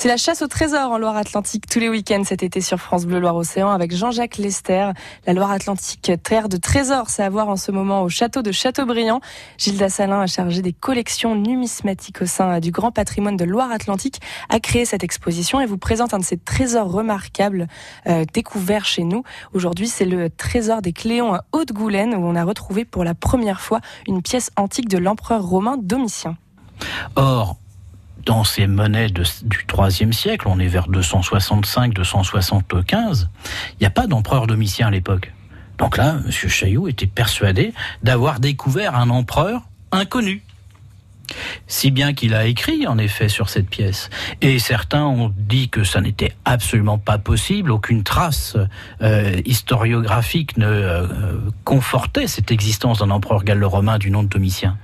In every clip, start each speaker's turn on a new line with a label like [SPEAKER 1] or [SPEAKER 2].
[SPEAKER 1] C'est la chasse au trésor en Loire-Atlantique tous les week-ends cet été sur France Bleu Loire-Océan avec Jean-Jacques Lester. La Loire-Atlantique, terre de trésors, c'est à voir en ce moment au château de Châteaubriand. Gilles Dassalin a chargé des collections numismatiques au sein du grand patrimoine de Loire-Atlantique, a créé cette exposition et vous présente un de ces trésors remarquables découverts chez nous. Aujourd'hui, c'est le trésor des Cléons à Haute-Goulaine où on a retrouvé pour la première fois une pièce antique de l'empereur romain Domitien.
[SPEAKER 2] Or, dans ces monnaies du IIIe siècle, on est vers 265-275, il n'y a pas d'empereur Domitien à l'époque. Donc là, M. Chailloux était persuadé d'avoir découvert un empereur inconnu. Si bien qu'il a écrit, en effet, sur cette pièce. Et certains ont dit que ça n'était absolument pas possible, aucune trace historiographique ne confortait cette existence d'un empereur gallo-romain du nom de Domitien.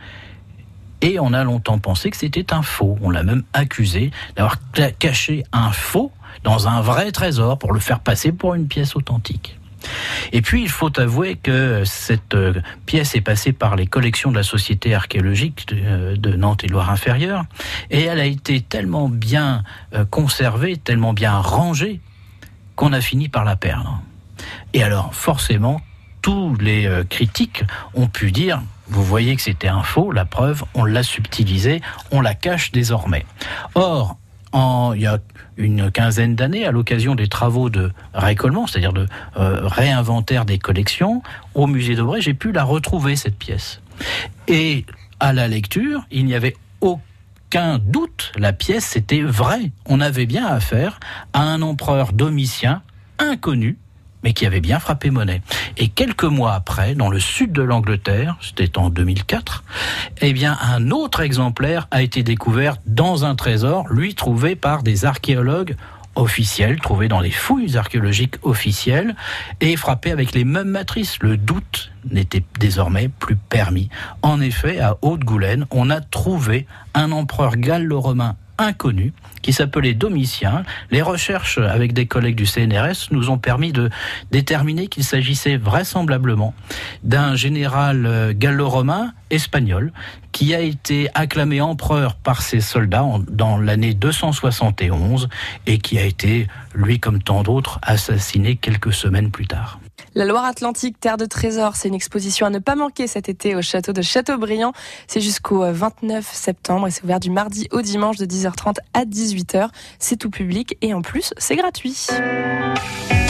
[SPEAKER 2] Et on a longtemps pensé que c'était un faux. On l'a même accusé d'avoir caché un faux dans un vrai trésor pour le faire passer pour une pièce authentique. Et puis, il faut avouer que cette pièce est passée par les collections de la Société archéologique de Nantes et Loire-Inférieure, et elle a été tellement bien conservée, tellement bien rangée, qu'on a fini par la perdre. Et alors, forcément, tous les critiques ont pu dire... Vous voyez que c'était un faux, la preuve, on l'a subtilisé, on la cache désormais. Or, il y a une quinzaine d'années, à l'occasion des travaux de récollement, c'est-à-dire de réinventaire des collections, au musée d'Aubray, j'ai pu la retrouver, cette pièce. Et à la lecture, il n'y avait aucun doute, la pièce, c'était vrai. On avait bien affaire à un empereur domitien inconnu, mais qui avait bien frappé monnaie. Et quelques mois après, dans le sud de l'Angleterre, c'était en 2004, eh bien, un autre exemplaire a été découvert dans un trésor, lui trouvé par des archéologues officiels, trouvé dans les fouilles archéologiques officielles, et frappé avec les mêmes matrices. Le doute n'était désormais plus permis. En effet, à Haute-Goulaine, on a trouvé un empereur gallo-romain inconnu, qui s'appelait Domitien. Les recherches avec des collègues du CNRS nous ont permis de déterminer qu'il s'agissait vraisemblablement d'un général gallo-romain espagnol qui a été acclamé empereur par ses soldats dans l'année 271 et qui a été, lui comme tant d'autres, assassiné quelques semaines plus tard.
[SPEAKER 1] La Loire-Atlantique, terre de trésors, c'est une exposition à ne pas manquer cet été au château de Châteaubriand. C'est jusqu'au 29 septembre et c'est ouvert du mardi au dimanche de 10h30 à 18h. C'est tout public et en plus, c'est gratuit.